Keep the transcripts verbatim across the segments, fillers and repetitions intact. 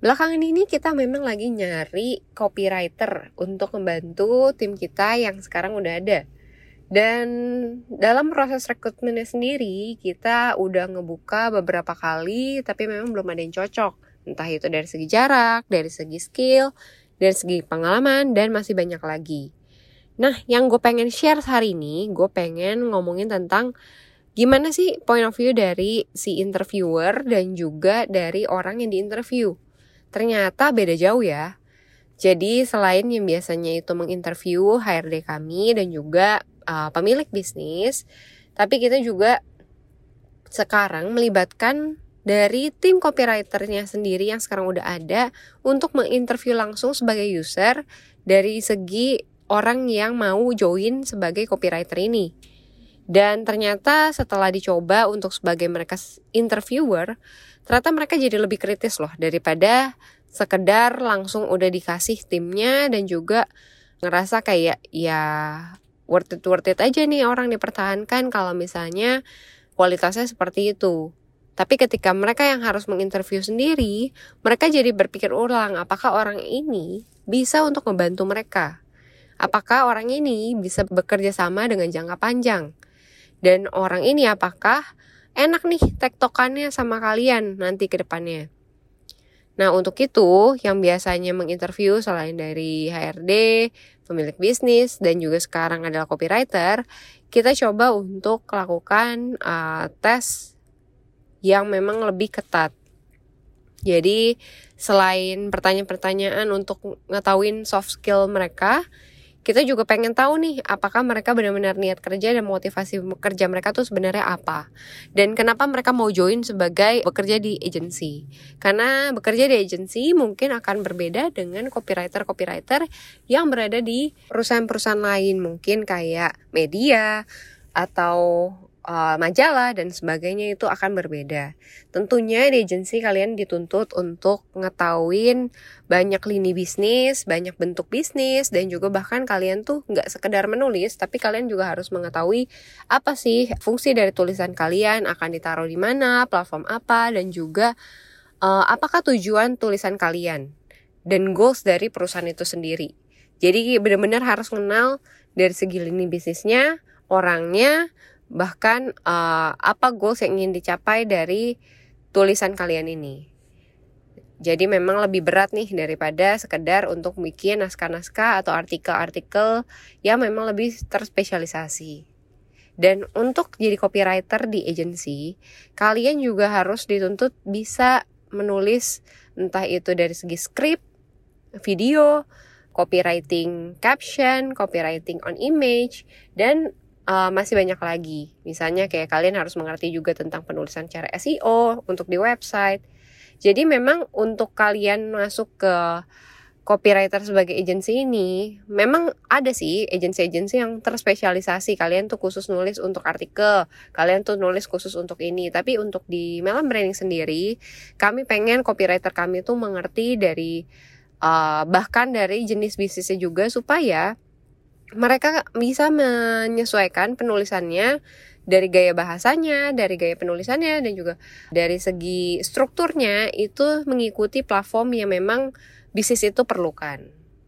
Belakangan ini kita memang lagi nyari copywriter untuk membantu tim kita yang sekarang udah ada. Dan dalam proses rekrutmennya sendiri, kita udah ngebuka beberapa kali, tapi memang belum ada yang cocok. Entah itu dari segi jarak, dari segi skill, dari segi pengalaman, dan masih banyak lagi. Nah, yang gue pengen share hari ini, gue pengen ngomongin tentang gimana sih point of view dari si interviewer dan juga dari orang yang diinterview. Ternyata beda jauh ya. Jadi selain yang biasanya itu menginterview H R D kami dan juga uh, pemilik bisnis, tapi kita juga sekarang melibatkan dari tim copywriternya sendiri yang sekarang udah ada untuk menginterview langsung sebagai user dari segi orang yang mau join sebagai copywriter ini. Dan ternyata setelah dicoba untuk sebagai mereka interviewer, ternyata mereka jadi lebih kritis loh daripada sekedar langsung udah dikasih timnya dan juga ngerasa kayak ya worth it worth it aja nih orang dipertahankan kalau misalnya kualitasnya seperti itu. Tapi ketika mereka yang harus menginterview sendiri, mereka jadi berpikir ulang apakah orang ini bisa untuk membantu mereka. Apakah orang ini bisa bekerja sama dengan jangka panjang. Dan orang ini apakah enak nih tektokannya sama kalian nanti ke depannya. Nah untuk itu yang biasanya menginterview selain dari H R D, pemilik bisnis, dan juga sekarang adalah copywriter, kita coba untuk lakukan uh, tes yang memang lebih ketat. Jadi selain pertanyaan-pertanyaan untuk ngetahuin soft skill mereka, kita juga pengen tahu nih apakah mereka benar-benar niat kerja dan motivasi kerja mereka tuh sebenarnya apa. Dan kenapa mereka mau join sebagai bekerja di agency. Karena bekerja di agency mungkin akan berbeda dengan copywriter-copywriter yang berada di perusahaan-perusahaan lain. Mungkin kayak media atau uh, majalah dan sebagainya itu akan berbeda. Tentunya di agensi kalian dituntut untuk ngetahuin banyak lini bisnis, banyak bentuk bisnis, dan juga bahkan kalian tuh nggak sekedar menulis, tapi kalian juga harus mengetahui apa sih fungsi dari tulisan kalian, akan ditaruh di mana, platform apa, dan juga uh, apakah tujuan tulisan kalian dan goals dari perusahaan itu sendiri. Jadi benar-benar harus kenal dari segi lini bisnisnya, orangnya, bahkan uh, apa goals yang ingin dicapai dari tulisan kalian ini. Jadi memang lebih berat nih daripada sekedar untuk bikin naskah-naskah atau artikel-artikel yang memang lebih terspesialisasi. Dan untuk jadi copywriter di agency, kalian juga harus dituntut bisa menulis entah itu dari segi skrip, video, copywriting caption, copywriting on image, dan uh, masih banyak lagi. Misalnya kayak kalian harus mengerti juga tentang penulisan cara S E O untuk di website. Jadi memang untuk kalian masuk ke copywriter sebagai agensi ini, memang ada sih agensi-agensi yang terspesialisasi. Kalian tuh khusus nulis untuk artikel, kalian tuh nulis khusus untuk ini. Tapi untuk di Melam Branding sendiri, kami pengen copywriter kami tuh mengerti dari uh, bahkan dari jenis bisnisnya juga supaya mereka bisa menyesuaikan penulisannya dari gaya bahasanya, dari gaya penulisannya, dan juga dari segi strukturnya itu mengikuti platform yang memang bisnis itu perlukan.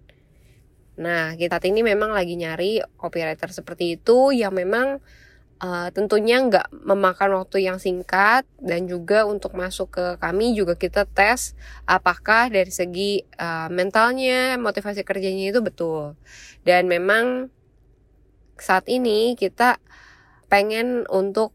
Nah, kita ini memang lagi nyari copywriter seperti itu yang memang uh, tentunya nggak memakan waktu yang singkat, dan juga untuk masuk ke kami juga kita tes apakah dari segi uh, mentalnya, motivasi kerjanya itu betul. Dan memang saat ini kita pengen untuk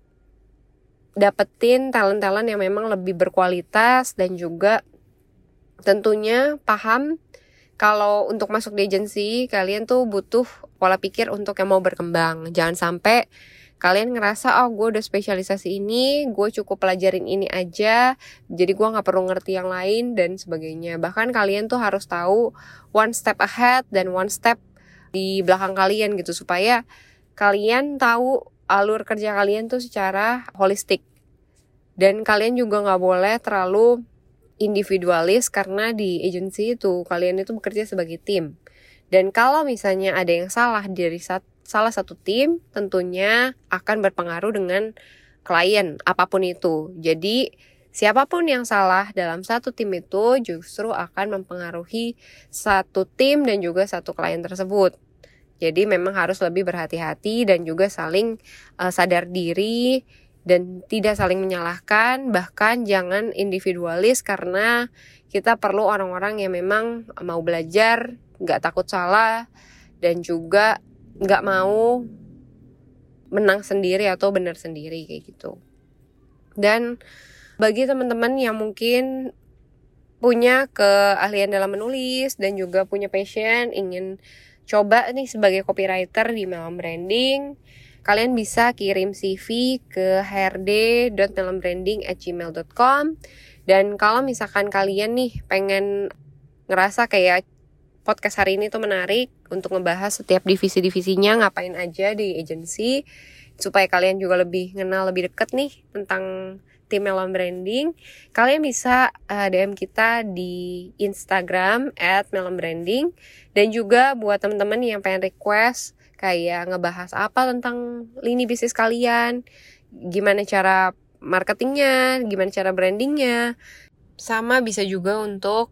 dapetin talent-talent yang memang lebih berkualitas dan juga tentunya paham kalau untuk masuk di agensi kalian tuh butuh pola pikir untuk yang mau berkembang. Jangan sampai kalian ngerasa oh gue udah spesialisasi ini, gue cukup pelajarin ini aja, jadi gue gak perlu ngerti yang lain dan sebagainya. Bahkan kalian tuh harus tahu one step ahead dan one step di belakang kalian gitu, supaya kalian tahu alur kerja kalian tuh secara holistik. Dan kalian juga gak boleh terlalu individualis, karena di agensi itu kalian itu bekerja sebagai tim. Dan kalau misalnya ada yang salah dari sat- salah satu tim, tentunya akan berpengaruh dengan klien apapun itu. Jadi siapapun yang salah dalam satu tim itu justru akan mempengaruhi satu tim dan juga satu klien tersebut. Jadi memang harus lebih berhati-hati dan juga saling uh, sadar diri dan tidak saling menyalahkan, bahkan jangan individualis karena kita perlu orang-orang yang memang mau belajar, gak takut salah, dan juga gak mau menang sendiri atau benar sendiri kayak gitu. Dan bagi teman-teman yang mungkin punya keahlian dalam menulis dan juga punya passion, ingin coba nih sebagai copywriter di Melon Branding, kalian bisa kirim C V ke h r d dot melon branding at gmail dot com. Dan kalau misalkan kalian nih pengen ngerasa kayak podcast hari ini tuh menarik untuk ngebahas setiap divisi-divisinya ngapain aja di agency, supaya kalian juga lebih kenal lebih deket nih tentang tim Melon Branding, kalian bisa uh, D M kita di Instagram at melon branding. Dan juga buat teman-teman yang pengen request kayak ngebahas apa tentang lini bisnis kalian, gimana cara marketingnya, gimana cara brandingnya, sama bisa juga untuk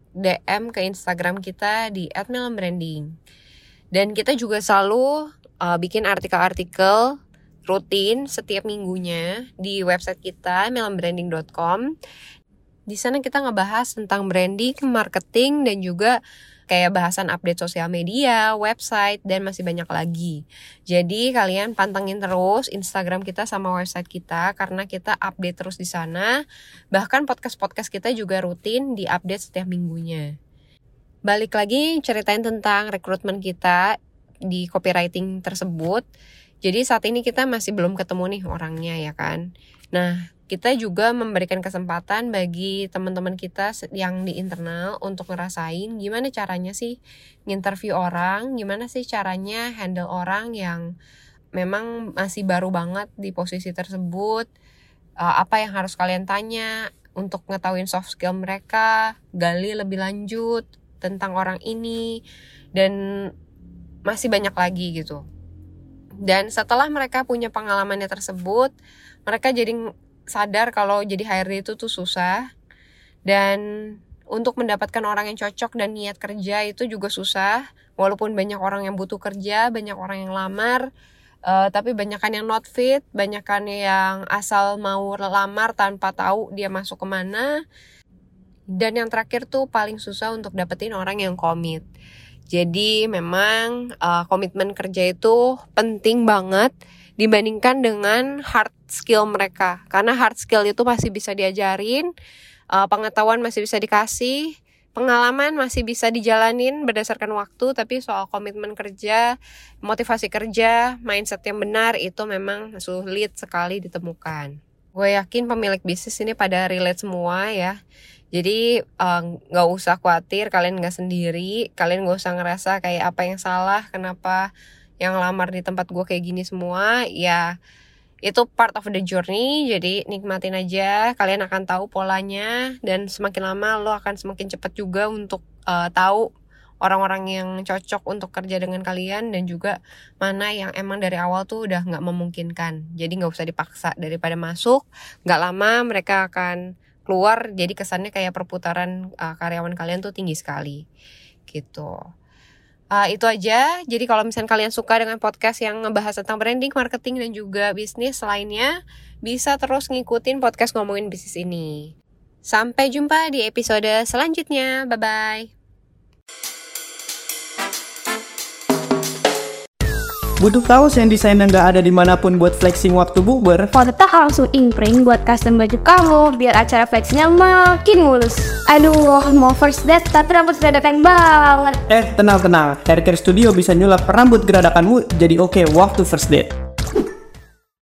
D M ke Instagram kita di at melon branding. Dan kita juga selalu uh, bikin artikel-artikel rutin setiap minggunya di website kita melon branding dot com. Di sana kita ngebahas tentang branding, marketing, dan juga kayak bahasan update sosial media, website, dan masih banyak lagi. Jadi kalian pantengin terus Instagram kita sama website kita karena kita update terus di sana. Bahkan podcast-podcast kita juga rutin di-update setiap minggunya. Balik lagi ceritain tentang rekrutmen kita di copywriting tersebut. Jadi saat ini kita masih belum ketemu nih orangnya ya kan. Nah, kita juga memberikan kesempatan bagi teman-teman kita yang di internal untuk ngerasain gimana caranya sih nginterview orang, gimana sih caranya handle orang yang memang masih baru banget di posisi tersebut, uh, apa yang harus kalian tanya untuk ngetahuin soft skill mereka, gali lebih lanjut tentang orang ini, dan masih banyak lagi gitu. Dan setelah mereka punya pengalamannya tersebut, mereka jadi sadar kalau jadi H R D itu tuh susah. Dan untuk mendapatkan orang yang cocok dan niat kerja itu juga susah. Walaupun banyak orang yang butuh kerja, banyak orang yang lamar, uh, tapi banyakan yang not fit, banyakan yang asal mau lamar tanpa tahu dia masuk kemana. Dan yang terakhir tuh paling susah untuk dapetin orang yang komit. Jadi memang uh, komitmen kerja itu penting banget dibandingkan dengan hard skill mereka. Karena hard skill itu masih bisa diajarin, uh, pengetahuan masih bisa dikasih, pengalaman masih bisa dijalanin berdasarkan waktu. Tapi soal komitmen kerja, motivasi kerja, mindset yang benar itu memang sulit sekali ditemukan. Gue yakin pemilik bisnis ini pada relate semua ya. Jadi nggak uh, usah khawatir, kalian nggak sendiri, kalian nggak usah ngerasa kayak apa yang salah, kenapa yang lamar di tempat gue kayak gini semua. Ya itu part of the journey, jadi nikmatin aja, kalian akan tahu polanya, dan semakin lama lo akan semakin cepat juga untuk uh, tahu orang-orang yang cocok untuk kerja dengan kalian, dan juga mana yang emang dari awal tuh udah nggak memungkinkan. Jadi nggak usah dipaksa, daripada masuk nggak lama mereka akan keluar, jadi kesannya kayak perputaran uh, karyawan kalian tuh tinggi sekali gitu. Uh, itu aja. Jadi kalau misalnya kalian suka dengan podcast yang ngebahas tentang branding, marketing, dan juga bisnis lainnya, bisa terus ngikutin podcast Ngomongin Bisnis ini. Sampai jumpa di episode selanjutnya. Bye-bye. Butuh kaos yang desainnya nggak ada dimanapun buat flexing waktu bukber? Foto langsung imprint buat custom baju kamu biar acara flexingnya makin mulus. Aduh, mau first date tapi rambut geradakan banget. Eh, tenang-tenang, Hair Care Studio bisa nyulap rambut geradakanmu jadi oke waktu first date.